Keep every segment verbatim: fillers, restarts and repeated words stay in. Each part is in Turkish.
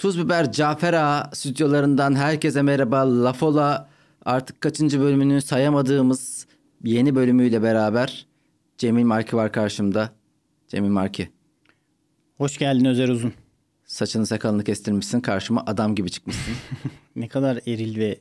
Tuz Biber Cafer Ağa stüdyolarından herkese merhaba. Lafola artık kaçıncı bölümünü sayamadığımız yeni bölümüyle beraber Cemil Marki var karşımda. Cemil Marki. Hoş geldin Özer Uzun. Saçını sakalını kestirmişsin, karşıma adam gibi çıkmışsın. Ne kadar eril ve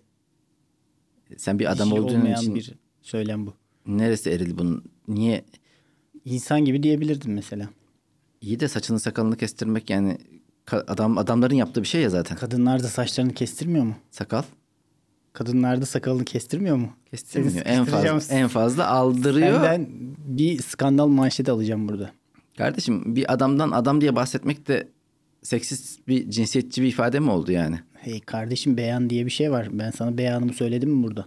sen bir adam olduğun olmayan için bir söylem bu. Neresi eril bunun? Niye? İnsan gibi diyebilirdin mesela. İyi de saçını sakalını kestirmek yani adam adamların yaptığı bir şey ya zaten. Kadınlar da saçlarını kestirmiyor mu? Sakal? Kadınlar da sakalını kestirmiyor mu? Kestirmiyor. En fazla en fazla aldırıyor. Senden bir skandal manşeti alacağım burada. Kardeşim bir adamdan adam diye bahsetmek de seksist bir cinsiyetçi bir ifade mi oldu yani? Hey kardeşim, beyan diye bir şey var. Ben sana beyanımı söyledim mi burada?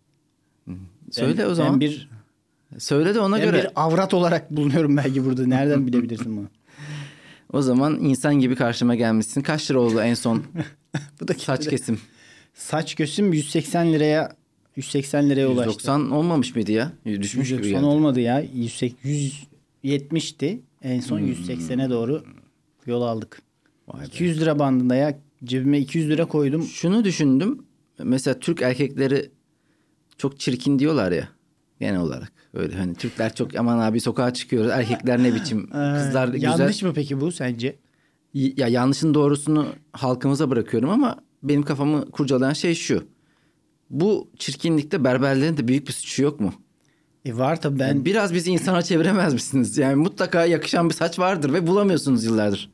Söyle ben, o zaman. Ben bir Söyle de ona ben göre. bir avrat olarak bulunuyorum belki burada. Nereden bilebilirsin bunu? O zaman insan gibi karşıma gelmişsin. Kaç lira oldu en son? Bu da saç kesim. Saç kesim yüz seksen liraya yüz seksen liraya ulaştı. yüz doksan olmamış mıydı ya? Düşmüş gibi geldi. yüz doksan olmadı ya. yüz yetmişti. En son hmm. yüz seksene doğru yol aldık. Vay iki yüz be. Lira bandında ya. Cebime iki yüz lira koydum. Şunu düşündüm. Mesela Türk erkekleri çok çirkin diyorlar ya. Genel olarak. Öyle hani Türkler çok aman abi sokağa çıkıyoruz. Erkekler ne biçim? Kızlar güzel. Yanlış mı peki bu sence? Ya yanlışın doğrusunu halkımıza bırakıyorum ama benim kafamı kurcalayan şey şu. Bu çirkinlikte berberlerin de büyük bir suçu yok mu? E var tabii ben. Yani biraz bizi insana çeviremez misiniz? Yani mutlaka yakışan bir saç vardır ve bulamıyorsunuz yıllardır.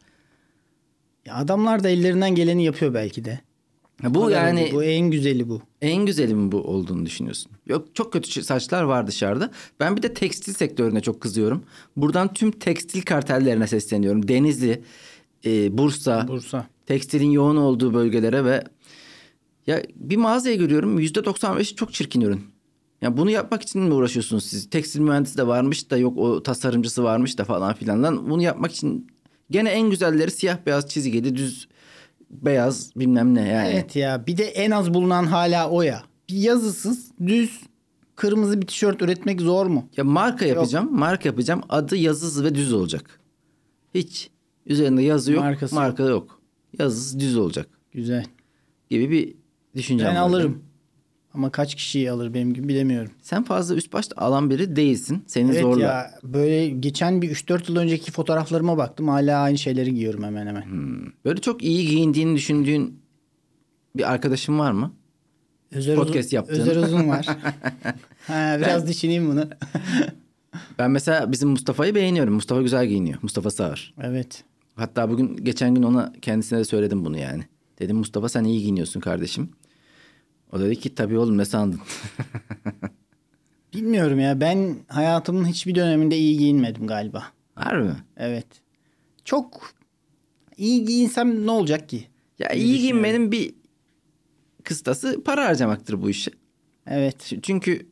Ya adamlar da ellerinden geleni yapıyor belki de. Ya bu yani bu en güzeli bu. En güzeli mi bu olduğunu düşünüyorsun? Yok, çok kötü saçlar var dışarıda. Ben bir de tekstil sektörüne çok kızıyorum. Buradan tüm tekstil kartellerine sesleniyorum. Denizli, e, Bursa, Bursa, tekstilin yoğun olduğu bölgelere ve ya bir mağazaya giriyorum, yüzde doksan beş çok çirkin ürün. Ya bunu yapmak için mi uğraşıyorsunuz siz? Tekstil mühendisi de varmış da yok o tasarımcısı varmış da falan filan. Lan bunu yapmak için gene en güzelleri siyah beyaz çizgili düz beyaz bilmem ne yani. Evet ya, bir de en az bulunan hala o ya. Bir yazısız düz kırmızı bir tişört üretmek zor mu? Ya marka yapacağım, yok. marka yapacağım. Adı yazısız ve düz olacak. Hiç üzerinde yazı yok, Markası marka yok. yok. Yazısız düz olacak. Güzel. Gibi bir düşüncem var. Ben var. alırım. Ama kaç kişiyi alır benim gibi bilemiyorum. Sen fazla üst başta alan biri değilsin. Seni evet zorla. Ya, böyle geçen bir üç dört yıl önceki fotoğraflarıma baktım. Hala aynı şeyleri giyiyorum hemen hemen. Hmm. Böyle çok iyi giyindiğini düşündüğün bir arkadaşın var mı? Özer Podcast uzun, yaptığın. Özer Uzun var. ha, biraz ben, düşüneyim bunu. Ben mesela bizim Mustafa'yı beğeniyorum. Mustafa güzel giyiniyor. Mustafa Sağır. Evet. Hatta bugün geçen gün ona kendisine de söyledim bunu yani. Dedim Mustafa sen iyi giyiniyorsun kardeşim. O dedi ki tabii oğlum ne sandın? Bilmiyorum ya, ben hayatımın hiçbir döneminde iyi giyinmedim galiba. Harbi mi? Evet. Çok iyi giyinsem ne olacak ki? Ya iyi giyinmenin bir kıstası para harcamaktır bu işe. Evet. Çünkü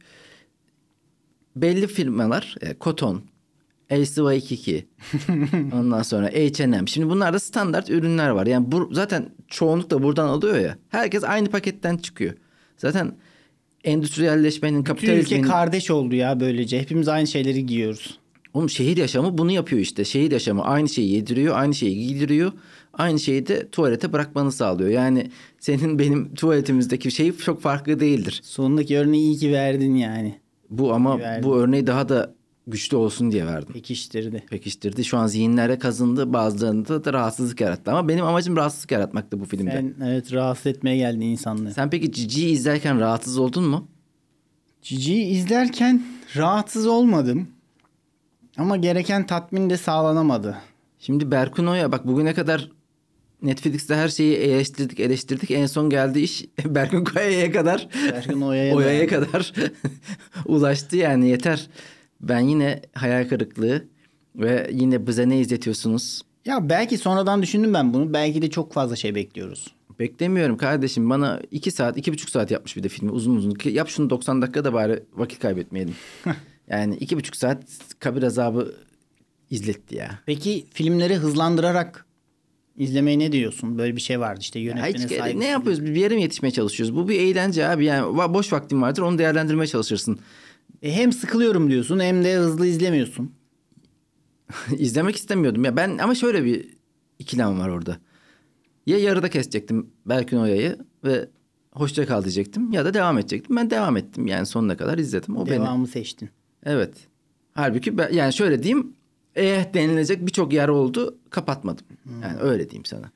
belli firmalar e, Koton, A C Y iki ondan sonra H and M. Şimdi bunlarda standart ürünler var. Yani bu zaten çoğunlukla buradan alıyor ya. Herkes aynı paketten çıkıyor. Zaten endüstriyelleşmenin, kapitalizmin... Bütün ülke kardeş oldu ya böylece. Hepimiz aynı şeyleri giyiyoruz. Oğlum şehir yaşamı bunu yapıyor işte. Şehir yaşamı aynı şeyi yediriyor, aynı şeyi giydiriyor. Aynı şeyi de tuvalete bırakmanı sağlıyor. Yani senin benim tuvaletimizdeki şey çok farklı değildir. Sonundaki örneği iyi ki verdin yani. Bu ama bu örneği daha da güçlü olsun diye verdim. Pekiştirdi. Pekiştirdi. Şu an zihinlere kazındı. Bazılarında da rahatsızlık yarattı. Ama benim amacım rahatsızlık yaratmaktı bu filmde. Sen evet rahatsız etmeye geldin insanları. Sen peki Cici'yi izlerken rahatsız oldun mu? Cici'yi izlerken rahatsız olmadım. Ama gereken tatmin de sağlanamadı. Şimdi Berkun Oya bak bugüne kadar Netflix'te her şeyi eleştirdik eleştirdik. En son geldiği iş Berkun Koya'ya kadar. Berkun Oya'ya, Oya'ya kadar ulaştı yani yeter. Ben yine hayal kırıklığı ve yine bize ne izletiyorsunuz? Ya belki sonradan düşündüm ben bunu. Belki de çok fazla şey bekliyoruz. Beklemiyorum kardeşim. Bana iki saat, iki buçuk saat yapmış bir de filmi uzun uzun. Yap şunu doksan dakikada bari vakit kaybetmeyelim. Yani iki buçuk saat kabir azabı izletti ya. Peki filmleri hızlandırarak izlemeye ne diyorsun? Böyle bir şey vardı işte yönetmene saygısızlık. Ne yapıyoruz? Bir yere mi yetişmeye çalışıyoruz? Bu bir eğlence abi. Yani boş vaktin vardır onu değerlendirmeye çalışırsın. E hem sıkılıyorum diyorsun hem de hızlı izlemiyorsun. İzlemek istemiyordum ya ben ama şöyle bir ikilem var orada. Ya yarıda kesecektim Berkun Oya'yı ve hoşça kal diyecektim ya da devam edecektim. Ben devam ettim yani sonuna kadar izledim. O Devamı beni. seçtin. Evet. Halbuki ben, yani şöyle diyeyim, eh denilecek birçok yer oldu, kapatmadım. Hmm. Yani öyle diyeyim sana.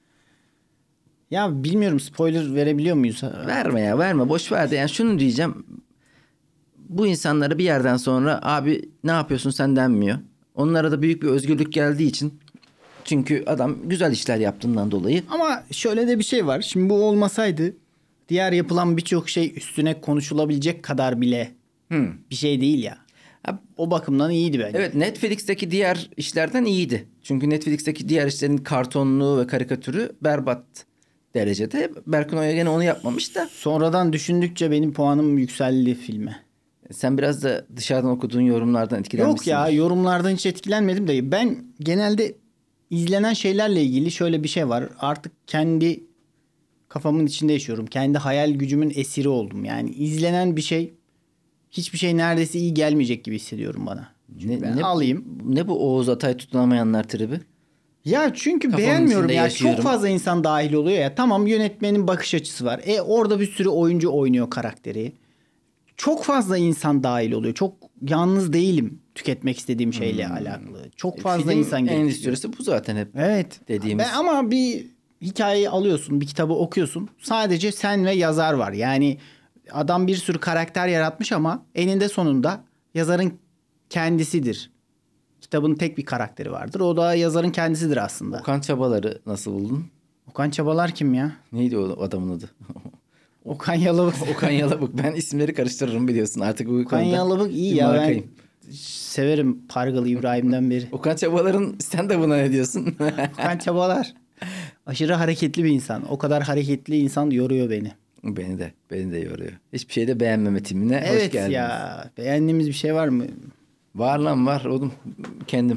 Ya bilmiyorum, spoiler verebiliyor muyuz? Verme ya verme, boş ver de yani şunu diyeceğim. Bu insanlara bir yerden sonra abi ne yapıyorsun sen denmiyor. Onlara da büyük bir özgürlük geldiği için. Çünkü adam güzel işler yaptığından dolayı. Ama şöyle de bir şey var. Şimdi bu olmasaydı diğer yapılan birçok şey üstüne konuşulabilecek kadar bile hmm. bir şey değil ya. O bakımdan iyiydi bence. Evet, Netflix'teki diğer işlerden iyiydi. Çünkü Netflix'teki diğer işlerin kartonluğu ve karikatürü berbat derecede. Berkun Oya gene onu yapmamış da. Sonradan düşündükçe benim puanım yükseldi filme. Sen biraz da dışarıdan okuduğun yorumlardan etkilenmişsin. Yok ya, yorumlardan hiç etkilenmedim de ben genelde izlenen şeylerle ilgili şöyle bir şey var. Artık kendi kafamın içinde yaşıyorum. Kendi hayal gücümün esiri oldum. Yani izlenen bir şey, hiçbir şey neredeyse iyi gelmeyecek gibi hissediyorum bana. Ne, ben ne, alayım. Ne bu Oğuz Atay tutunamayanlar tribi? Ya çünkü Kafamın beğenmiyorum ya. yaşıyorum. Çok fazla insan dahil oluyor ya. Tamam, yönetmenin bakış açısı var. E orada bir sürü oyuncu oynuyor karakteri. Çok fazla insan dahil oluyor. Çok yalnız değilim tüketmek istediğim şeyle hmm. alakalı. Çok fazla Film insan gerekiyor. endüstrisi bu zaten hep. Evet. Dediğimiz. Ben, ama bir hikayeyi alıyorsun, bir kitabı okuyorsun. Sadece sen ve yazar var. Yani adam bir sürü karakter yaratmış ama eninde sonunda yazarın kendisidir. Kitabın tek bir karakteri vardır. O da yazarın kendisidir aslında. Okan Çabalar'ı nasıl buldun? Okan Çabalar kim ya? Neydi o adamın adı? Okan Yalabık. Okan Yalabık. Ben isimleri karıştırırım biliyorsun. Artık bu Okan Yalabık iyi ya. Markayım. Ben severim Pargalı İbrahim'den beri. Okan Çabalar'ın sen de buna ne diyorsun? Okan Çabalar aşırı hareketli bir insan. O kadar hareketli insan yoruyor beni. Beni de. Beni de yoruyor. Hiçbir şeyde beğenmeme timine evet hoş geldiniz. Evet ya. Beğendiğimiz bir şey var mı? Var lan var oğlum. Kendim.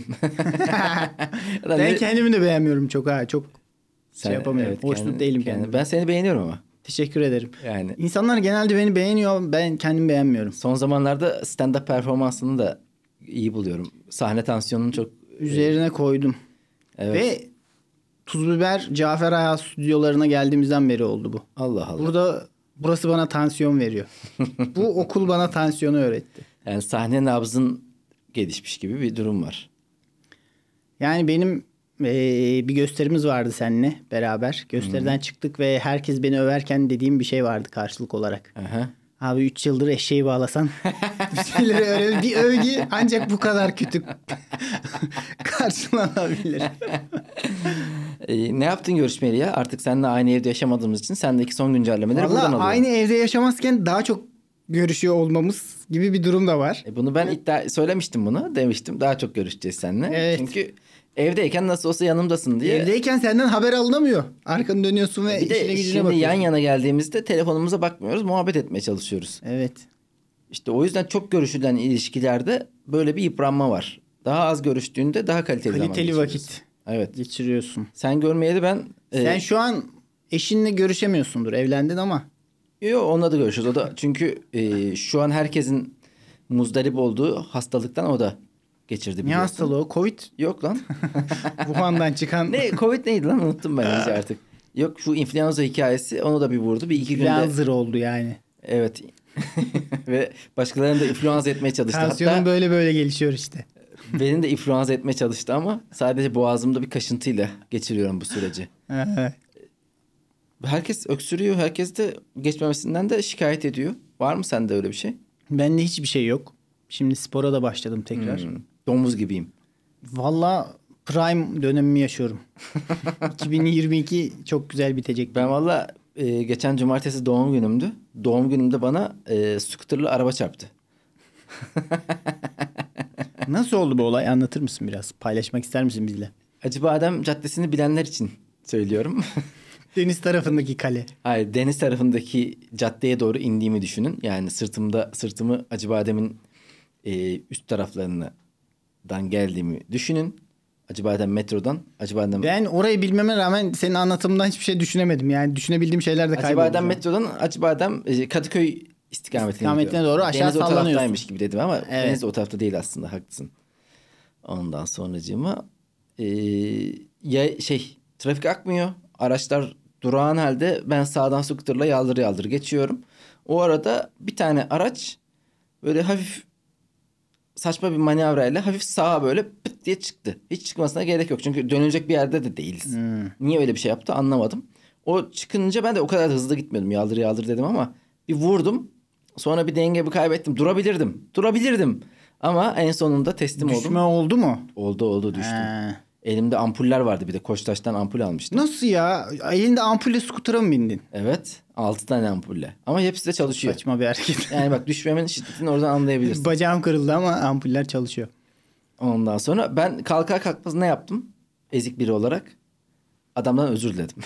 ben ne... kendimi de beğenmiyorum çok ha. Çok sen, şey yapamıyorum. Evet, hoşnut kendim, değilim kendim. kendim. Ben seni beğeniyorum ama. Teşekkür ederim. Yani İnsanlar genelde beni beğeniyor. Ben kendimi beğenmiyorum. Son zamanlarda stand-up performansını da iyi buluyorum. Sahne tansiyonunu çok üzerine koydum. Evet. Ve Tuz Biber Cafer Ayaz stüdyolarına geldiğimizden beri oldu bu. Allah Allah. Burada burası bana tansiyon veriyor. Bu okul bana tansiyonu öğretti. Yani sahne nabzın gelişmiş gibi bir durum var. Yani benim ee, bir gösterimiz vardı seninle beraber. Gösteriden hmm. çıktık ve herkes beni överken dediğim bir şey vardı karşılık olarak. Aha. Abi üç yıldır eşeği bağlasan bir şeyleri öğren. Bir övgü ancak bu kadar kötü karşılanabilir. e, ne yaptın görüşmeli ya? Artık seninle aynı evde yaşamadığımız için sendeki son güncellemeleri vallahi buradan alıyorum. Aynı evde yaşamazken daha çok görüşüyor olmamız gibi bir durum da var. E, bunu ben iddia söylemiştim bunu. Demiştim daha çok görüşeceğiz seninle. Evet. Çünkü evdeyken nasıl olsa yanımdasın diye. Evdeyken senden haber alınamıyor. Arkanı dönüyorsun ve bir de işine gücüne şimdi bakıyorsun. yan yana geldiğimizde telefonumuza bakmıyoruz. Muhabbet etmeye çalışıyoruz. Evet. İşte o yüzden çok görüşülen ilişkilerde böyle bir yıpranma var. Daha az görüştüğünde daha kaliteli, kaliteli zaman vakit evet. geçiriyorsun. Sen görmeyeli ben... Sen e... şu an eşinle görüşemiyorsundur. Evlendin ama. Yok onunla da görüşürüz. O da çünkü e, şu an herkesin muzdarip olduğu hastalıktan o da geçirdi biliyorsun. Ne hastalığı o? Covid? Yok lan. Wuhan'dan çıkan. Ne Covid neydi lan unuttum ben iyice artık. Yok şu influenza hikayesi onu da bir vurdu. Bir iki günde. Influencer oldu yani. Evet. Ve başkalarını da influenza etmeye çalıştı. Tansiyonun hatta böyle böyle gelişiyor işte. beni de influenza etmeye çalıştı ama sadece boğazımda bir kaşıntıyla geçiriyorum bu süreci. Herkes öksürüyor. Herkes de geçmemesinden de şikayet ediyor. Var mı sende öyle bir şey? Bende hiçbir şey yok. Şimdi spora da başladım tekrar. Hmm, domuz gibiyim. Valla prime dönemimi yaşıyorum. iki bin yirmi iki çok güzel bitecek. Ben valla e, geçen cumartesi doğum günümdü. Doğum günümde bana e, scooterlı araba çarptı. Nasıl oldu bu olay? Anlatır mısın biraz? Paylaşmak ister misin bizle? Acıbadem Caddesi'ni bilenler için söylüyorum. Deniz tarafındaki kale. Hayır, deniz tarafındaki caddeye doğru indiğimi düşünün. Yani sırtımda sırtımı Acıbadem'in e, üst taraflarından geldiğimi düşünün. Acıbadem metrodan. Acıbadem... Ben orayı bilmeme rağmen senin anlatımından hiçbir şey düşünemedim. Yani düşünebildiğim şeyler de kayboldu. Acıbadem metrodan Acıbadem e, Kadıköy istikametine, istikametine doğru aşağı deniz sallanıyorsun. Deniz o taraftaymış gibi dedim ama evet. Deniz o tarafta değil aslında, haklısın. Ondan sonracığıma e, ya şey trafik akmıyor. Araçlar Durağan halde ben sağdan scooter'la yaldır yaldır geçiyorum. O arada bir tane araç böyle hafif saçma bir manevrayla hafif sağa böyle pıt diye çıktı. Hiç çıkmasına gerek yok. Çünkü dönülecek bir yerde de değiliz. Hmm. Niye öyle bir şey yaptı anlamadım. O çıkınca ben de o kadar da hızlı gitmiyordum. Yaldır yaldır dedim ama bir vurdum. Sonra bir dengemi kaybettim. Durabilirdim. Durabilirdim. Ama en sonunda teslim oldum. Düşme oldu mu? Oldu oldu düştüm. He. Elimde ampuller vardı bir de. Koçtaş'tan ampul almıştım. Nasıl ya? Elinde ampulle scooter'a mı bindin? Evet. altı tane ampulle. Ama hepsi de çalışıyor. Saçma bir hareket. Yani bak düşmemin şiddetini oradan anlayabilirsin. Bacağım kırıldı ama ampuller çalışıyor. Ondan sonra ben kalkar kalkmaz ne yaptım? Ezik biri olarak. Adamdan özür diledim.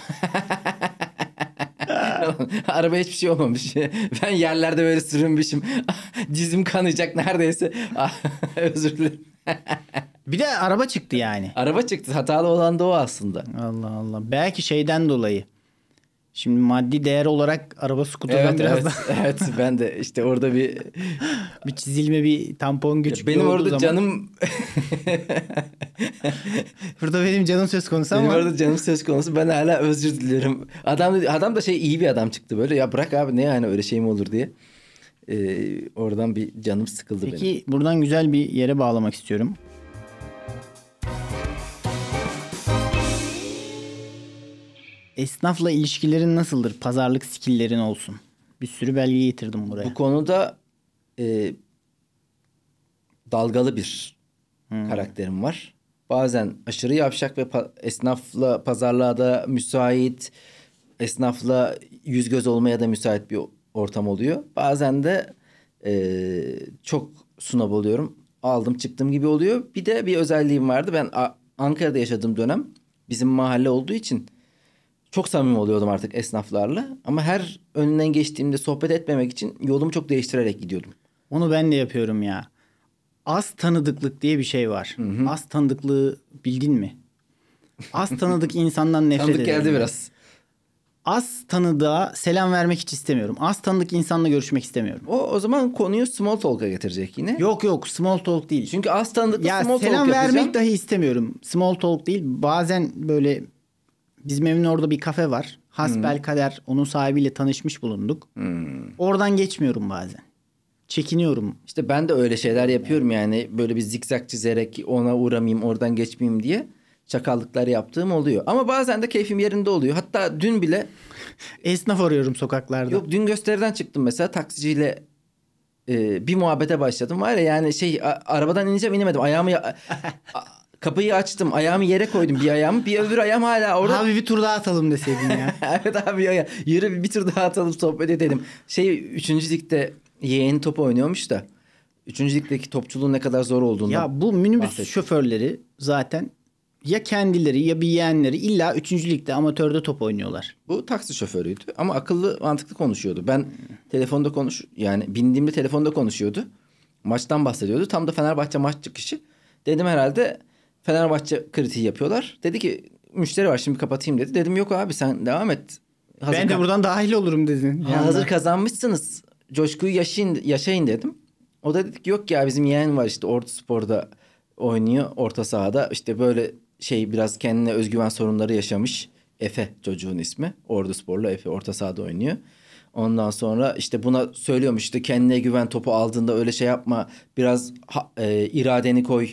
Arabaya hiçbir şey olmamış. Ben yerlerde böyle sürünmüşüm. Dizim kanayacak neredeyse. Özür dilerim. Bir de araba çıktı yani. Araba çıktı. Hatalı olan da o aslında. Allah Allah. Belki şeyden dolayı. Şimdi maddi değer olarak araba scooter'dan Evet, biraz evet, daha evet. Ben de işte orada bir bir çizilme, bir tampon küçük benim olduğu orada zaman. canım Burada benim canım söz konusu benim ama. orada canım söz konusu. Ben hala özür dilerim. Adam adam da şey iyi bir adam çıktı böyle. Ya bırak abi ne yani öyle şey mi olur diye. Ee, oradan bir canım sıkıldı benim. Peki buradan güzel bir yere bağlamak istiyorum. Esnafla ilişkilerin nasıldır? Pazarlık skill'lerin olsun. Bir sürü belge getirdim buraya. Bu konuda e, dalgalı bir karakterim var. Bazen aşırı yavşak ve pa- esnafla pazarlığa da müsait, esnafla yüz göz olmaya da müsait bir ortam oluyor. Bazen de e, çok sunob oluyorum. Aldım çıktım gibi oluyor. Bir de bir özelliğim vardı. Ben A- Ankara'da yaşadığım dönem bizim mahalle olduğu için çok samimi oluyordum artık esnaflarla. Ama her önünden geçtiğimde sohbet etmemek için yolumu çok değiştirerek gidiyordum. Onu ben de yapıyorum ya. Az tanıdıklık diye bir şey var. Az tanıdıklığı bildin mi? Az tanıdık insandan nefret Tanıdık ederim. geldi ben. biraz. Az tanıdığa selam vermek hiç istemiyorum. Az tanıdık insanla görüşmek istemiyorum. O o zaman konuyu small talk'a getirecek yine. Yok yok, small talk değil. Çünkü az tanıdıkla Ya small talk selam yapacağım. vermek dahi istemiyorum. Small talk değil. Bazen böyle bizim evin orada bir kafe var. Hasbelkader onun sahibiyle tanışmış bulunduk. Oradan geçmiyorum bazen. Çekiniyorum. İşte ben de öyle şeyler yapıyorum yani. Böyle bir zikzak çizerek ona uğramayayım, oradan geçmeyeyim diye çakallıklar yaptığım oluyor. Ama bazen de keyfim yerinde oluyor. Hatta dün bile Esnaf arıyorum sokaklarda. yok dün gösteriden çıktım mesela taksiciyle e, bir muhabbete başladım. Var ya yani şey a- arabadan ineceğim inemedim. Ayağımı ya- a- kapıyı açtım. Ayağımı yere koydum bir ayağımı. Bir öbür ayağım hala orada. Abi bir tur daha atalım deseydin ya. Evet abi ya, ya. Yürü bir tur daha atalım sohbet edelim. Şey üçüncü ligde yeğen top oynuyormuş da. Üçüncü ligdeki topçuluğun ne kadar zor olduğunu. Ya bu minibüs bahsettim. şoförleri zaten ya kendileri ya bir yeğenleri illa üçüncü ligde amatörde top oynuyorlar. Bu taksi şoförüydü ama akıllı mantıklı konuşuyordu. Ben telefonda konuş yani bindiğimde telefonda konuşuyordu. Maçtan bahsediyordu. Tam da Fenerbahçe maç çıkışı. Dedim herhalde Fenerbahçe kritiği yapıyorlar. Dedi ki müşteri var şimdi kapatayım dedi. Dedim yok abi sen devam et. Hazır Ben de ka- buradan dahil olurum dedin. Ha, hazır kazanmışsınız. Coşkuyu yaşayın, yaşayın dedim. O da dedi ki yok ya bizim yeğen var işte Orta Spor'da oynuyor orta sahada. İşte böyle şey biraz kendine özgüven sorunları yaşamış. Efe çocuğun ismi. Ordu Spor'la Efe orta sahada oynuyor. Ondan sonra işte buna söylüyormuş işte kendine güven topu aldığında öyle şey yapma. Biraz ha- e, iradeni koy.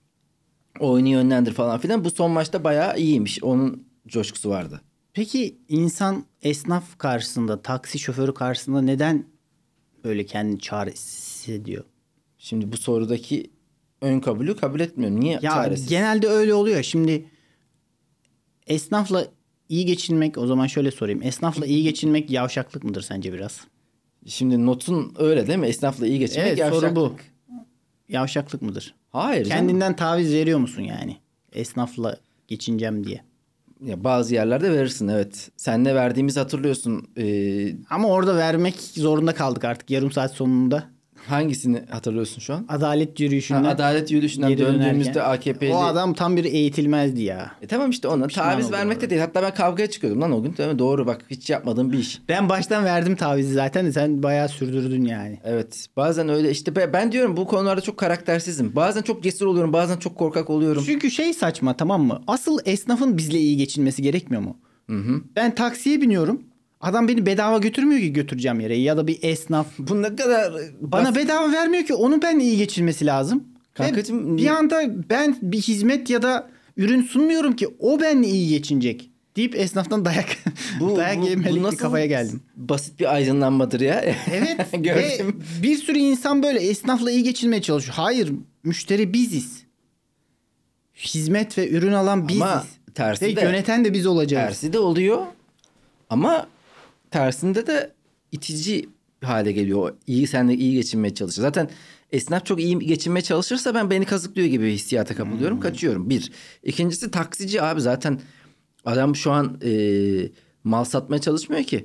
Oyunu yönlendir falan filan. Bu son maçta bayağı iyiymiş. Onun coşkusu vardı. Peki insan esnaf karşısında, taksi şoförü karşısında neden böyle kendini çaresiz hissediyor? Şimdi bu sorudaki ön kabulü kabul etmiyorum. Niye Ya çaresiz? genelde öyle oluyor. Şimdi esnafla iyi geçinmek, o zaman şöyle sorayım. Esnafla iyi geçinmek yavşaklık mıdır sence biraz? Şimdi notun öyle değil mi? Esnafla iyi geçinmek Evet, yavşaklık. soru bu. Yavşaklık mıdır? Hayır canım. Kendinden taviz veriyor musun yani? Esnafla geçineceğim diye. Ya bazı yerlerde verirsin evet. Seninle verdiğimizi hatırlıyorsun. Ee, Ama orada vermek zorunda kaldık artık yarım saat sonunda. hangisini hatırlıyorsun şu an? Adalet yürüyüşünden Ha, adalet yürüyüşünden geri döndüğümüzde dönerken. A K P'li... O adam tam bir eğitilmezdi ya. E tamam işte ona Pişman taviz oldum vermek de orada. değil. Hatta ben kavgaya çıkıyordum lan o gün. Değil mi? Doğru bak hiç yapmadığım bir iş. Ben baştan verdim tavizi zaten de sen bayağı sürdürdün yani. Evet bazen öyle işte ben, ben diyorum bu konularda çok karaktersizim. Bazen çok cesur oluyorum bazen çok korkak oluyorum. Çünkü şey saçma, tamam mı? Asıl esnafın bizle iyi geçinmesi gerekmiyor mu? Hı hı. Ben taksiye biniyorum. Adam beni bedava götürmüyor ki götüreceğim yere. Ya da bir esnaf. Bu ne kadar Bana basit. bedava vermiyor ki. Onun benimle iyi geçirmesi lazım. Kankacığım, Ve bir anda ben bir hizmet ya da ürün sunmuyorum ki o benimle iyi geçinecek. Deyip esnaftan dayak Bu, dayak bu, yemelik bu bir nasıl kafaya geldim. basit bir aydınlanmadır ya. Evet ve Gördüm. bir sürü insan böyle esnafla iyi geçinmeye çalışıyor. Hayır, müşteri biziz. Hizmet ve ürün alan biziz. Ama tersi ve de, yöneten de biz olacağız. tersi de oluyor. Ama tersinde de itici hale geliyor. İyi, seninle iyi geçinmeye çalışıyor. Zaten esnaf çok iyi geçinmeye çalışırsa ben beni kazıklıyor gibi bir hissiyata kapılıyorum. Hmm. Kaçıyorum. Bir. İkincisi taksici abi zaten adam şu an e, mal satmaya çalışmıyor ki.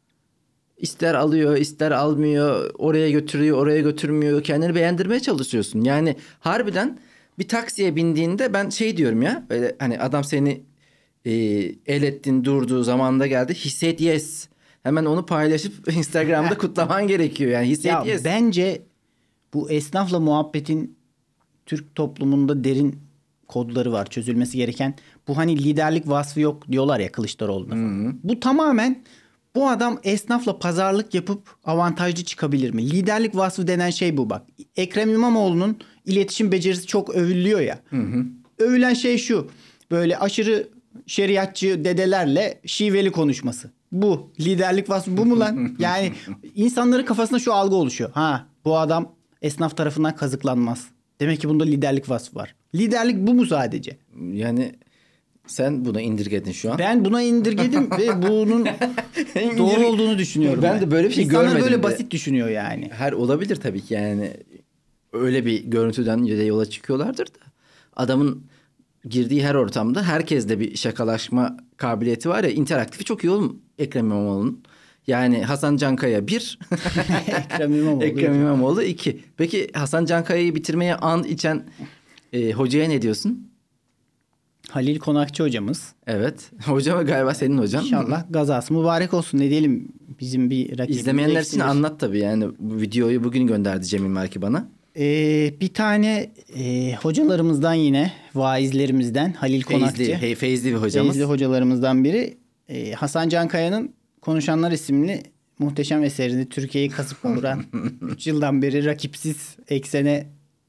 İster alıyor, ister almıyor. Oraya götürüyor, oraya götürmüyor. Kendini beğendirmeye çalışıyorsun. Yani harbiden bir taksiye bindiğinde ben şey diyorum ya. Böyle hani adam seni e, el ettin, durdu, zamanında geldi. Hisset yes. Hemen onu paylaşıp Instagram'da kutlaman gerekiyor. Yani hisset Ya yes. bence bu esnafla muhabbetin Türk toplumunda derin kodları var. Çözülmesi gereken. Bu hani liderlik vasfı yok diyorlar ya Kılıçdaroğlu'na falan. Bu tamamen bu adam esnafla pazarlık yapıp avantajlı çıkabilir mi? Liderlik vasfı denen şey bu bak. Ekrem İmamoğlu'nun iletişim becerisi çok övülüyor ya. Hı hı. Övülen şey şu. Böyle aşırı şeriatçı dedelerle şiveli konuşması. Bu. Liderlik vasfı bu mu lan? Yani insanların kafasında şu algı oluşuyor. Ha, bu adam esnaf tarafından kazıklanmaz. Demek ki bunda liderlik vasfı var. Liderlik bu mu sadece? Yani sen buna indirgedin şu an. Ben buna indirgedim ve bunun doğru olduğunu düşünüyorum. Ben, ben de böyle bir şey İnsanlar görmedim. böyle de. basit düşünüyor yani. Her olabilir tabii ki yani. Öyle bir görüntüden de yola çıkıyorlardır da. Adamın girdiği her ortamda herkesle bir şakalaşma kabiliyeti var ya. İnteraktifi çok iyi oğlum Ekrem İmamoğlu'nun. Yani Hasan Cankaya bir. Ekrem İmamoğlu. Ekrem İmamoğlu iki. Peki Hasan Cankaya'yı bitirmeye and içen e, hocaya ne diyorsun? Halil Konakçı hocamız. Evet. Hocam galiba senin hocan. İnşallah gazası mübarek olsun. Ne diyelim, bizim bir rakibimiz. İzlemeyenler için anlat tabii yani. Bu videoyu bugün gönderdi Cemil Marki bana. Ee, bir tane e, hocalarımızdan yine vaizlerimizden Halil Feyzli, Konakçı. Hey, feyzli bir hocamız. Feyzli hocalarımızdan biri. Ee, Hasan Cankaya'nın Konuşanlar isimli muhteşem eserini Türkiye'yi kasıp kavuran üç yıldan beri rakipsiz eksene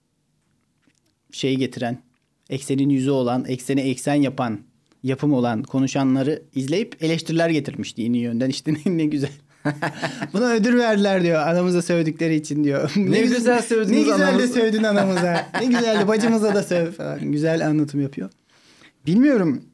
şey getiren, eksenin yüzü olan, ekseni eksen yapan yapım olan Konuşanları izleyip eleştiriler getirmişti yeni yönden. İşte ne, ne güzel. Buna ödül verdiler diyor. Anamıza sövdükleri için diyor. Ne, ne güzel sövdünüz Ne güzel anamıza. de sövdün anamıza. Ne güzel de bacımıza da söv falan. Güzel anlatım yapıyor. Bilmiyorum.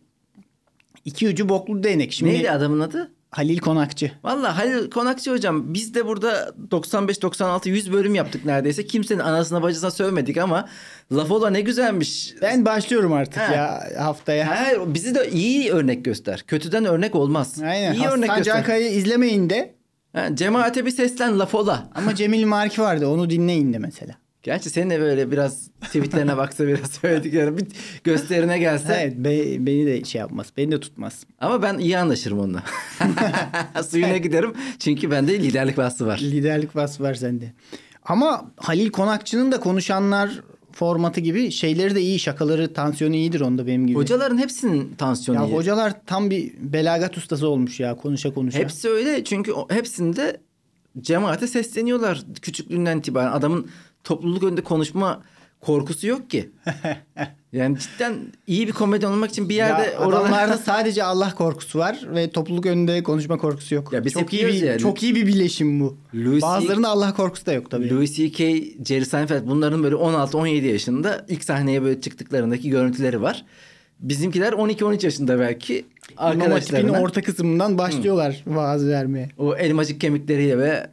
İki ucu boklu değnek. Şimdi Neydi adamın adı? Halil Konakçı. Vallahi Halil Konakçı hocam, biz de burada doksan beş doksan altı yüz bölüm yaptık neredeyse. Kimsenin anasına bacısına sövmedik ama laf ola ne güzelmiş. Ben başlıyorum artık Ha. ya haftaya. Hayır, bizi de iyi örnek göster. Kötüden örnek olmaz. Aynen. İyi örnek Hasan göster. Cankaya'yı izlemeyin de. Ha, cemaate bir seslen, laf ola. Ama Cemil Marki vardı. Onu dinleyin de mesela. Gerçi senin de böyle biraz tweetlerine baksa, biraz söylediklerine bir gösterine gelse. Evet, be- beni de şey yapmaz. Beni de tutmaz. Ama ben iyi anlaşırım onunla. Suyuna giderim çünkü bende liderlik vasfı var. Liderlik vasfı var sende. Ama Halil Konakçı'nın da Konuşanlar formatı gibi şeyleri de iyi. Şakaları, tansiyonu iyidir onda benim gibi. Hocaların hepsinin tansiyonu Ya iyi. hocalar tam bir belagat ustası olmuş ya, konuşa konuşa. Hepsi öyle çünkü o- hepsinde cemaate sesleniyorlar küçüklüğünden itibaren. Adamın topluluk önünde konuşma korkusu yok ki. Yani cidden iyi bir komedyen olmak için bir yerde ya oralar... adamlarda sadece Allah korkusu var ve topluluk önünde konuşma korkusu yok. Ya biz çok hep iyi bir diyoruz ya, çok iyi bir birleşim bu. Louis Bazılarında Allah korkusu da yok tabii. Louis C K, Jerry Seinfeld, bunların böyle on altı on yedi yaşında ilk sahneye böyle çıktıklarındaki görüntüleri var. Bizimkiler on iki on üç yaşında belki. İmam Hatip'in Arkadaşlarına orta kısmından başlıyorlar vaaz vermeye. o elmacık kemikleriyle ve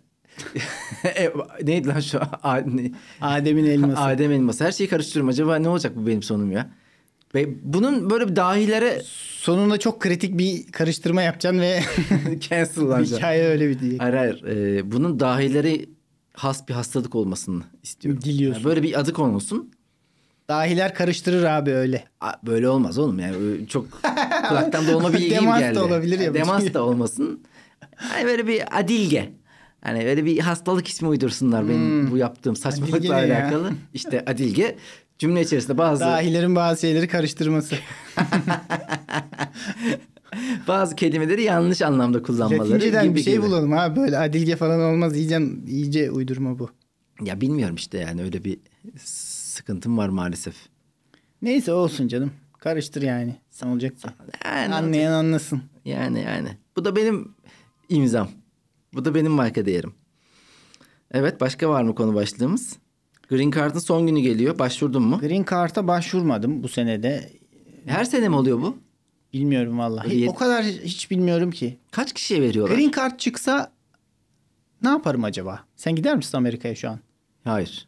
E, neydi lan şu A- ne- Adem'in elması. Adem elması. Her şeyi karıştırıyorum. Acaba ne olacak bu benim sonum ya? Ve bunun böyle bir dahilere Sonunda çok kritik bir karıştırma yapacaksın ve cancellanacak. hikaye öyle bir değil. Hayır hayır. Ee, bunun dahileri has bir hastalık olmasını istiyorum. Diliyorsun. Yani böyle bir adı konulsun. Dahiler karıştırır abi öyle. Aa, böyle olmaz oğlum yani. Öyle çok kulaktan dolma bir ilgi Demans da geldi. olabilir ya. Demans da olmasın. Hani böyle bir adilge. Hani böyle bir hastalık ismi uydursunlar benim bu yaptığım saçmalıkla Adilge ne ya? alakalı. İşte adilge. Cümle içerisinde bazı... Dahilerin bazı şeyleri karıştırması. Bazı kelimeleri yanlış anlamda kullanmaları Latinceden gibi bir şey gibi. bulalım ha. Böyle adilge falan olmaz. İyice, iyice uydurma bu. Ya bilmiyorum işte yani öyle bir sıkıntım var maalesef. Neyse olsun canım. Karıştır yani. Ne olacak ki? Yani, Anlayan anlasın. yani yani. Bu da benim imzam. Bu da benim marka değerim. Evet, başka var mı konu başlığımız? Green Card'ın son günü geliyor. Başvurdun mu? Green Card'a başvurmadım bu senede. Her sene mi oluyor bu? Bilmiyorum vallahi. Öyle yet- O kadar hiç bilmiyorum ki. Kaç kişiye veriyorlar? Green Card çıksa ne yaparım acaba? Sen gider misin Amerika'ya şu an? Hayır.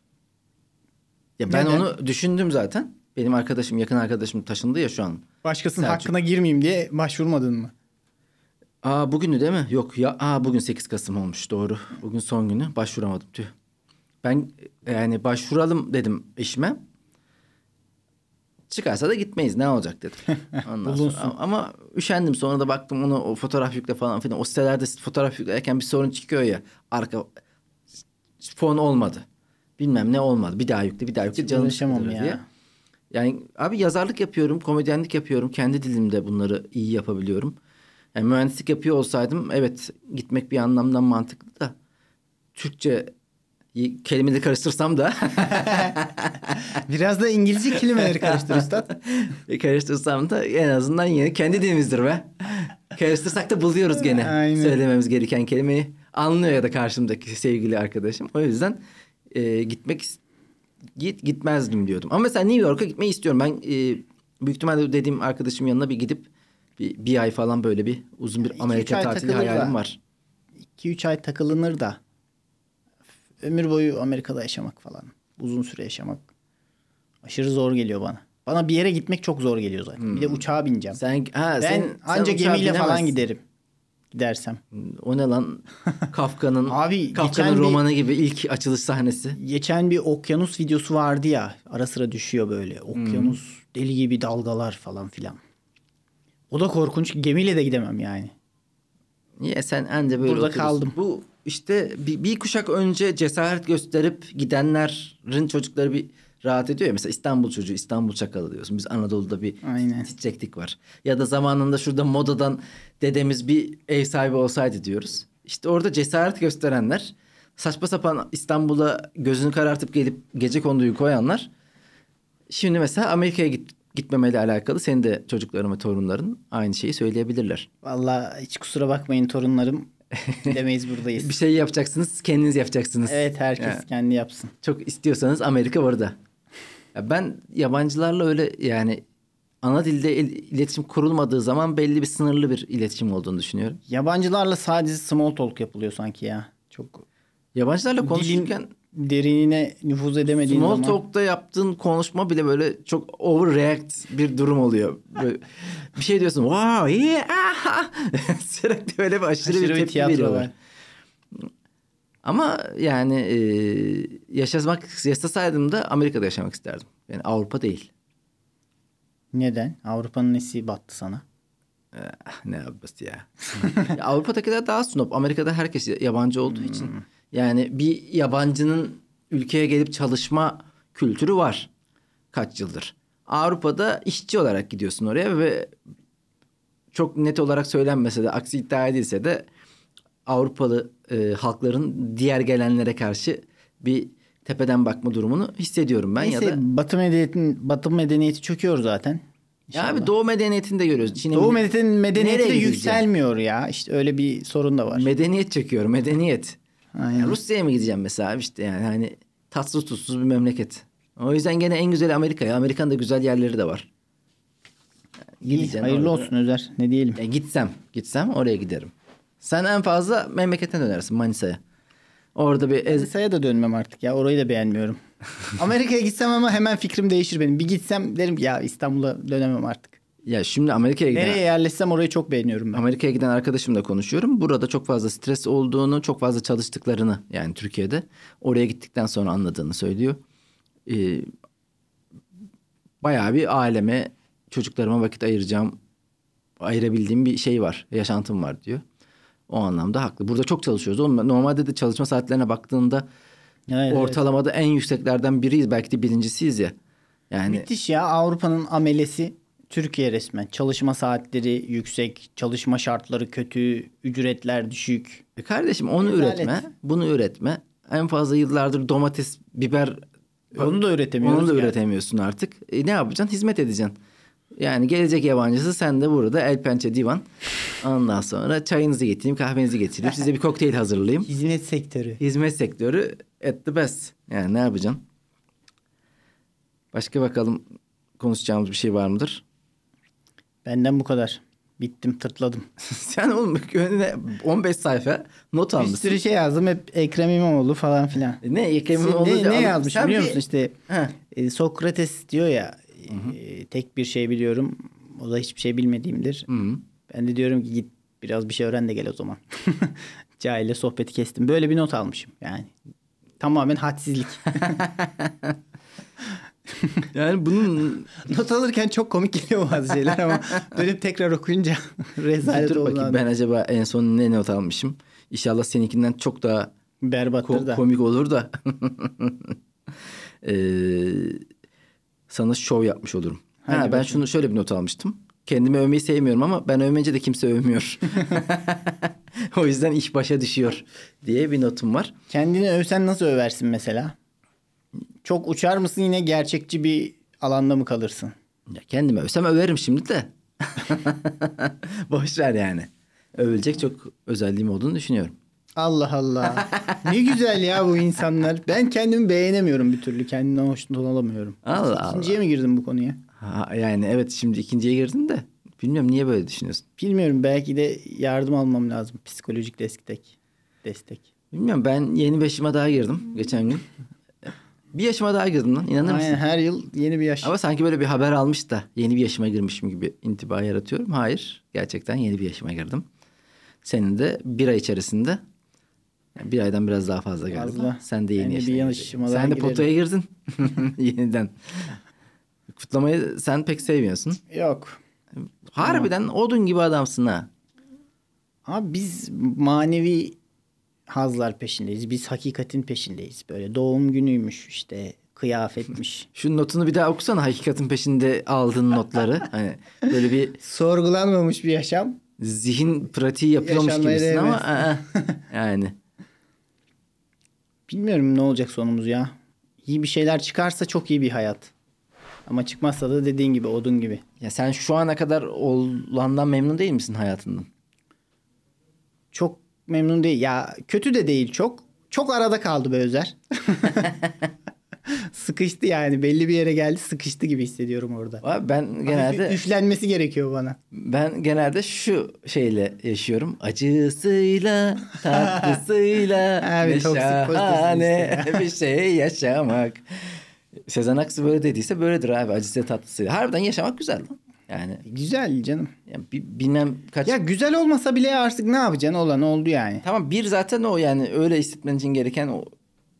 Ya ben Neden? onu düşündüm zaten. Benim arkadaşım, yakın arkadaşım taşındı ya şu an. Başkasının Selçuk. hakkına girmeyeyim diye başvurmadın mı? Aa, bugünü değil mi? Yok ya. Aa, bugün sekiz Kasım olmuş, doğru. Bugün son günü. Başvuramadım, tüh. Ben yani başvuralım dedim eşime. Çıkarsa da gitmeyiz, ne olacak dedim. Ondan sonra, Bulunsun. ama üşendim, sonra da baktım onu o fotoğraf yükle falan filan. O sitelerde fotoğraf yüklerken bir sorun çıkıyor ya. Arka fon olmadı. Bilmem ne olmadı. Bir daha yükle, bir daha yükle, canım uğraşamam sıkılır ya. diye. Yani abi yazarlık yapıyorum, komedyenlik yapıyorum. Kendi dilimde bunları iyi yapabiliyorum. Yani mühendislik yapıyor olsaydım evet, gitmek bir anlamdan mantıklı da Türkçe kelimeleri karıştırsam da Biraz da İngilizce kelimeleri karıştır üstad. karıştırsam da en azından yine kendi dilimizdir be. Karıştırsak da buluyoruz gene Aynen. söylememiz gereken kelimeyi. Anlıyor ya da karşımdaki sevgili arkadaşım. O yüzden e, gitmek is- git gitmezdim diyordum. Ama mesela New York'a gitmeyi istiyorum. Ben e, büyük ihtimalle dediğim arkadaşım yanına bir gidip bir, bir ay falan böyle bir uzun bir İki, üç Amerika ay tatili takılır da. hayalim var. iki üç ay takılınır da ömür boyu Amerika'da yaşamak falan. Uzun süre yaşamak aşırı zor geliyor bana. Bana bir yere gitmek çok zor geliyor zaten. Bir de uçağa bineceğim. Sen ha ben sen, anca sen uçağa gemiyle falan binemezsin. giderim. Gidersem. O ne lan? Kafka'nın Abi, Kafka'nın geçen bir- romanı gibi ilk açılış sahnesi. Geçen bir okyanus videosu vardı ya. Ara sıra düşüyor böyle. Okyanus deli gibi dalgalar falan filan. O da korkunç. Gemiyle de gidemem yani. Niye sen anca böyle Burada oturursun? kaldım. Bu işte bir, bir kuşak önce cesaret gösterip gidenlerin çocukları bir rahat ediyor ya. Mesela İstanbul çocuğu, İstanbul çakalı diyorsun. Biz Anadolu'da bir Aynen. titreklik var. Ya da zamanında şurada modadan dedemiz bir ev sahibi olsaydı diyoruz. İşte orada cesaret gösterenler, saçma sapan İstanbul'a gözünü karartıp gelip gecekonduyu koyanlar, şimdi mesela Amerika'ya git, gitmemeyle alakalı senin de çocukların ve torunların aynı şeyi söyleyebilirler. Vallahi hiç kusura bakmayın torunlarım. Gidemeyiz buradayız. Bir şey yapacaksınız, kendiniz yapacaksınız. Evet, herkes Yani kendi yapsın. çok istiyorsanız Amerika burada. Ya ben yabancılarla öyle yani ana dilde il- iletişim kurulmadığı zaman belli bir sınırlı bir iletişim olduğunu düşünüyorum. Yabancılarla sadece small talk yapılıyor sanki ya. Çok Yabancılarla dilin konuşurken derinine nüfuz edemediğin small zaman. talk'ta yaptığın konuşma bile böyle çok overreact bir durum oluyor. Böyle bir şey diyorsun. Wow, yeah. ah!" Sürekli böyle bir aşırı, Aşırı bir bir tepki tiyatro veriyorlar. var. Ama yani e, yaşamak yaşasaydım da Amerika'da yaşamak isterdim. Yani Avrupa değil. Neden? Avrupa'nın nesi battı sana? Ah, ne yapması ya. Ya Avrupa'dakiler daha snob. Amerika'da herkes yabancı olduğu için. Yani bir yabancının ülkeye gelip çalışma kültürü var. Kaç yıldır. Avrupa'da işçi olarak gidiyorsun oraya ve çok net olarak söylenmese de, aksi iddia edilse de Avrupalı e, halkların diğer gelenlere karşı bir tepeden bakma durumunu hissediyorum ben. Neyse, Ya da Batı medeniyetin Batı medeniyeti çöküyor zaten. ya İnşallah. abi Doğu medeniyetinde görüyoruz. Çin'in Doğu medeniyeti, medeniyeti Nereye de gideceğim? yükselmiyor ya. İşte öyle bir sorun da var. Medeniyet çöküyor, medeniyet. Aynen. Ya Rusya'ya mı gideceğim mesela işte yani hani tatsız tuzsuz bir memleket. O yüzden gene en güzeli Amerika'ya. Amerika'nın da güzel yerleri de var. İyi, Gideceğim hayırlı orada. olsun Özer. Ne diyelim. Ya gitsem, gitsem oraya giderim. Sen en fazla memleketine dönersin, Manisa'ya. Orada bir ez... Manisa'ya da dönmem artık ya. Orayı da beğenmiyorum. Amerika'ya gitsem ama hemen fikrim değişir benim. Bir gitsem derim ki ya İstanbul'a dönemem artık. Ya şimdi Amerika'ya giden Nereye yerleşsem orayı çok beğeniyorum ben. Amerika'ya giden arkadaşımla konuşuyorum. Burada çok fazla stres olduğunu, çok fazla çalıştıklarını, yani Türkiye'de oraya gittikten sonra anladığını söylüyor. Ee, bayağı bir aileme, çocuklarıma vakit ayıracağım, ayırabildiğim bir şey var, yaşantım var diyor. O anlamda haklı. Burada çok çalışıyoruz. Oğlum, normalde de çalışma saatlerine baktığında Evet, ortalamada en yükseklerden biriyiz. Belki de birincisiyiz ya. Yani müthiş ya, Avrupa'nın amelesi Türkiye resmen. Çalışma saatleri yüksek, çalışma şartları kötü, ücretler düşük. E kardeşim onu Rezalet. üretme, bunu üretme. En fazla yıllardır domates, biber Onu da üretemiyoruz. onu da yani. üretemiyorsun artık. E ne yapacaksın? Hizmet edeceksin. Yani gelecek yabancısı, sen de burada el pençe divan. Ondan sonra çayınızı getireyim, kahvenizi getireyim. Size bir kokteyl hazırlayayım. Hizmet sektörü. Hizmet sektörü at the best. Yani ne yapacaksın? Başka bakalım konuşacağımız bir şey var mıdır? Benden bu kadar. Bittim, tırtladım. Sen oğlum önüne on beş sayfa not Bir almışsın. sürü şey yazdım. Hep Ekrem İmamoğlu falan filan. E Ne Ekrem Sen İmamoğlu ne, diye ne alıp- yazmış sen biliyor bir- musun? İşte Heh. e, Sokrates diyor ya e, tek bir şey biliyorum. O da hiçbir şey bilmediğimdir. Hı. Ben de diyorum ki git biraz bir şey öğren de gel o zaman. Cahille sohbeti kestim. Böyle bir not almışım yani. Tamamen hadsizlik. Yani bunun Not alırken çok komik geliyor bazı şeyler ama dönüp tekrar okuyunca rezalet dur bakayım oldu. ben acaba en son ne not almışım? İnşallah seninkinden çok daha Berbattır ko- da. komik olur da. Ee, sana şov yapmış olurum. Hadi Ha, ben bakayım. şunu şöyle bir not almıştım. Kendimi övmeyi sevmiyorum ama ben övmeyince de kimse övmüyor. O yüzden iş başa düşüyor diye bir notum var. Kendini övsen nasıl översin mesela? Çok uçar mısın, yine gerçekçi bir alanda mı kalırsın? Ya kendimi övsem överim şimdi de. Boş ver yani. Övülecek çok özelliğim olduğunu düşünüyorum. Allah Allah. Ne güzel ya bu insanlar. Ben kendimi beğenemiyorum bir türlü. Kendimden hoşnut olamıyorum. Allah Allah. İkinciye mi girdim bu konuya? Ha, yani evet şimdi ikinciye girdin de. Bilmiyorum niye böyle düşünüyorsun. Bilmiyorum, belki de yardım almam lazım. Psikolojik destek. Destek. Bilmiyorum ben yeni bir yaşıma daha girdim geçen gün. Bir yaşıma daha girdim lan inanır mısın? Aynen, her yıl yeni bir yaş. Ama sanki böyle bir haber almış da yeni bir yaşıma girmişim gibi intiba yaratıyorum. Hayır gerçekten yeni bir yaşıma girdim. Senin de bir ay içerisinde yani bir aydan biraz daha fazla galiba. Fazla. Sen de yeni Ben de bir yaşına yan girdin. yaşıma Sen daha de girerim. potaya girdin yeniden. Kutlamayı sen pek sevmiyorsun. Yok. Harbiden odun gibi adamsın ha. Abi biz manevi hazlar peşindeyiz. Biz hakikatin peşindeyiz. Böyle doğum günüymüş, işte kıyafetmiş. Şu notunu bir daha okusana, hakikatin peşinde aldığın notları. Hani böyle bir Sorgulanmamış bir yaşam. zihin pratiği yapıyormuş Yaşanmaya gibisin ama değmez. aa, yani. Bilmiyorum ne olacak sonumuz ya. İyi bir şeyler çıkarsa çok iyi bir hayat. Ama çıkmazsa da dediğin gibi odun gibi. Ya sen şu ana kadar olandan memnun değil misin hayatından? Çok memnun değil. Ya kötü de değil çok. Çok arada kaldı be Özer. Sıkıştı yani. Belli bir yere geldi, sıkıştı gibi hissediyorum orada. Abi ben Hafif genelde üflenmesi gerekiyor bana. ben genelde şu şeyle yaşıyorum. Acısıyla, tatlısıyla Abi, ne toksik şahane pozitif bir şey yaşamak. Sezen Aksu böyle dediyse böyledir abi, acısıyla tatlısıyla. Harbiden yaşamak güzel lan. Yani, Güzel canım. yani bi- bilmem kaç. Ya güzel olmasa bile artık ne yapacaksın? Olan oldu yani. Tamam bir zaten o, yani öyle hissetmen için gereken o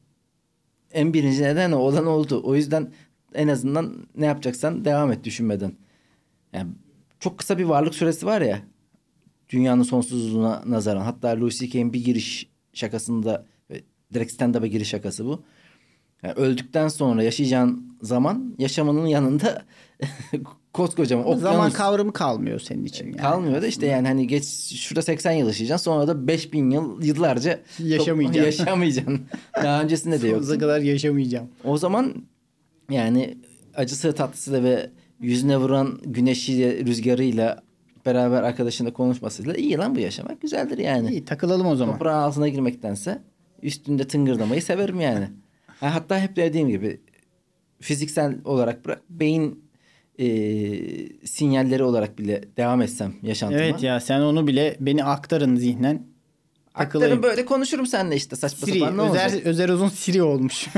en birinci neden o olan oldu. O yüzden en azından ne yapacaksan devam et düşünmeden. Yani çok kısa bir varlık süresi var ya dünyanın sonsuzluğuna nazaran. Hatta Louis C K'in bir giriş şakasında, direkt stand-up'a giriş şakası bu. Yani öldükten sonra yaşayacağın zaman yaşamanın yanında koskocaman Zaman okyanus kavramı kalmıyor senin için yani. kalmıyor da işte yani hani geç şurada seksen yıl yaşayacaksın, sonra da beş bin yıl yıllarca Yaşamayacaksın. yaşamayacaksın. Daha öncesinde de yok. Sonsuza kadar yaşamayacağım. O zaman yani acısı tatlısı ve yüzüne vuran güneşiyle rüzgarıyla beraber arkadaşınla konuşmasıyla iyi lan bu yaşamak güzeldir yani. İyi, takılalım o zaman. Toprağın altına girmektense üstünde tıngırdamayı severim yani. Ha, hatta hep dediğim gibi fiziksel olarak bırak, beyin e, sinyalleri olarak bile devam etsem yaşantıma. Evet ya, sen onu bile beni aktarın zihnen. Aktarım böyle konuşurum seninle işte saçma Siri, sapan ne Özer, olacak? Özer Uzun Siri olmuş.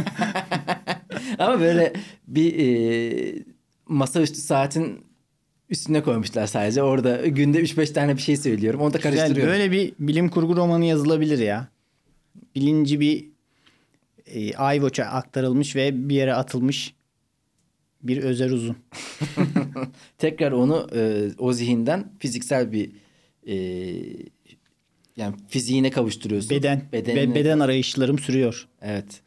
Ama böyle bir e, masaüstü saatin üstüne koymuşlar sadece. Orada günde üç beş tane bir şey söylüyorum. Onu da Güzel, karıştırıyorum. böyle bir bilim kurgu romanı yazılabilir ya. Bilinci bir e, iWatch'a aktarılmış ve bir yere atılmış bir Özer Uzun. Tekrar onu e, o zihinden fiziksel bir e, yani fiziğine kavuşturuyorsun. Beden. Bedenine- Be- beden arayışlarım sürüyor. Evet.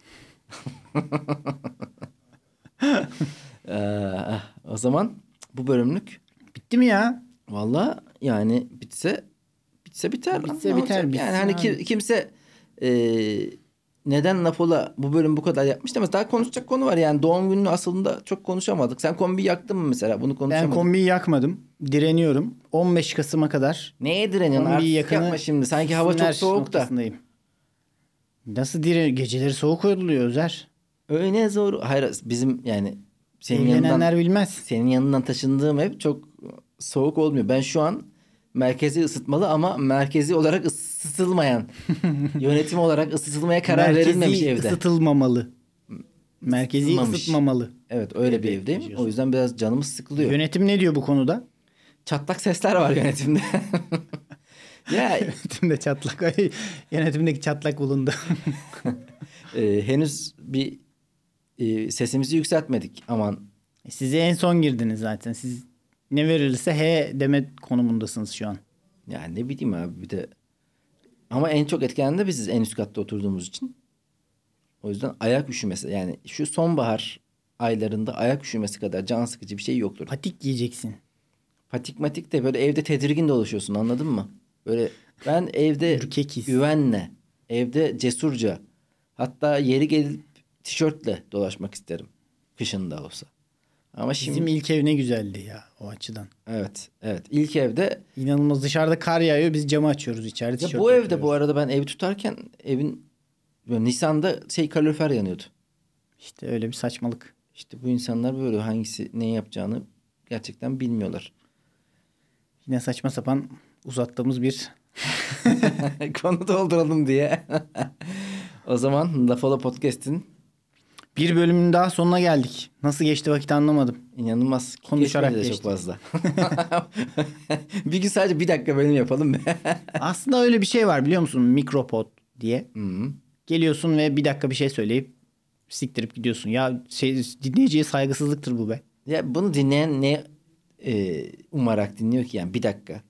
Ee, o zaman bu bölümlük Bitti mi ya? Valla yani bitse bitse biter. Bitse Ne biter, olacak? bitsin Yani hani abi. ki, kimse e, neden Napola bu bölüm bu kadar yapmış demez. Daha konuşacak konu var yani. Doğum gününü aslında çok konuşamadık. Sen kombiyi yaktın mı mesela? Bunu Ben konuşamadık. kombiyi yakmadım. Direniyorum. on beş Kasım'a kadar Neye direniyorsun? kombiyi Artık yakanı yapma şimdi. Sanki hava çok sinler soğuk da. noktasındayım. Nasıl dire Geceleri soğuk oluyor Özer. Öyle zor. Hayır bizim yani senin Evlenenler yanından bilmez. senin yanından taşındığım ev çok soğuk olmuyor. Ben şu an merkezi ısıtmalı ama merkezi olarak ısıtılmayan, yönetim olarak ısıtılmaya karar Merkezi verilmemiş evde. ısıtılmamalı. Merkezi Isıtılmamış. ısıtmamalı. Evet öyle Evde bir evdeyim. yaşıyorsun. O yüzden biraz canımız sıkılıyor. Yönetim ne diyor bu konuda? Çatlak sesler var yönetimde. Ya Yönetimde çatlak. Ay, Yönetimdeki çatlak bulundu. e, henüz bir e, sesimizi yükseltmedik. Aman Size en son girdiniz zaten. Siz ne verilirse he deme konumundasınız şu an. yani ne bileyim abi bir de ama en çok etkilenen de biziz en üst katta oturduğumuz için. O yüzden ayak üşümesi yani şu sonbahar aylarında ayak üşümesi kadar can sıkıcı bir şey yoktur. Patik giyeceksin. Patik matik de böyle evde tedirgin dolaşıyorsun anladın mı? Böyle ben evde Ürkekiz. güvenle, evde cesurca hatta yeri gelip tişörtle dolaşmak isterim. Kışın da olsa. Ama şimdi Bizim ilk ev ne güzeldi ya o açıdan. evet evet ilk evde İnanılmaz, dışarıda kar yağıyor, biz camı açıyoruz içeride. ya tişörtle bu evde oturuyoruz. bu arada ben evi tutarken evin böyle Nisan'da şey kalorifer yanıyordu. İşte öyle bir saçmalık. İşte bu insanlar böyle hangisi ne yapacağını gerçekten bilmiyorlar. Yine saçma sapan uzattığımız bir... Konu dolduralım diye. O zaman Lafala Podcast'in Bir bölümün daha sonuna geldik. Nasıl geçti vakit anlamadım. inanılmaz Konuşarak geçmedi de geçti. çok fazla. Bir gün sadece bir dakika bölüm yapalım. Aslında öyle bir şey var biliyor musun? Mikropod diye. Hı-hı. Geliyorsun ve bir dakika bir şey söyleyip siktirip gidiyorsun. Ya şey, dinleyiciye saygısızlıktır bu be. Ya bunu dinleyen ne e, umarak dinliyor ki yani bir dakika.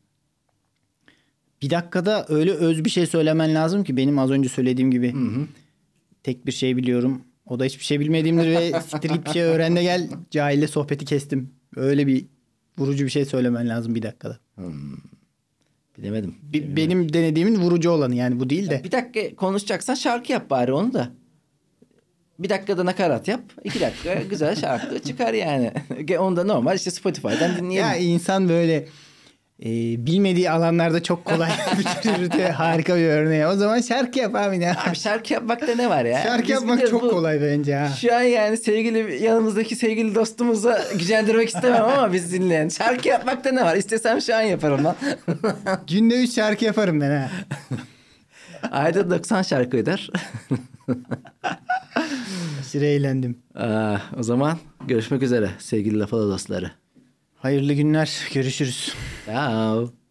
Bir dakikada öyle öz bir şey söylemen lazım ki benim az önce söylediğim gibi Hı-hı. tek bir şey biliyorum. O da hiçbir şey bilmediğimdir ve siktir git bir şey öğren de gel, cahille sohbeti kestim. Öyle bir vurucu bir şey söylemen lazım bir dakikada. Bilemedim. Bi- benim denediğimin vurucu olanı yani bu değil de. Bir dakika konuşacaksan şarkı yap bari onu da. Bir dakikada nakarat yap. iki dakika güzel şarkı çıkar yani. Onu da normal işte Spotify'dan dinleyelim. Ya insan böyle e, bilmediği alanlarda çok kolay bitirir. Harika bir örneği. O zaman şarkı yap abi ne? Abi şarkı yapmakta ne var ya? Şarkı Biz yapmak biliyoruz çok bu- kolay bence ha. Şu an yani sevgili yanımızdaki sevgili dostumuzu gücendirmek istemem ama biz dinleyen. Şarkı yapmakta ne var? İstesem şu an yaparım lan. Günde üç şarkı yaparım ben ha. Ayda doksan şarkı eder. Aşırı eğlendim. Aa, o zaman görüşmek üzere sevgili Lafala dostları. Hayırlı günler. Görüşürüz. Ciao.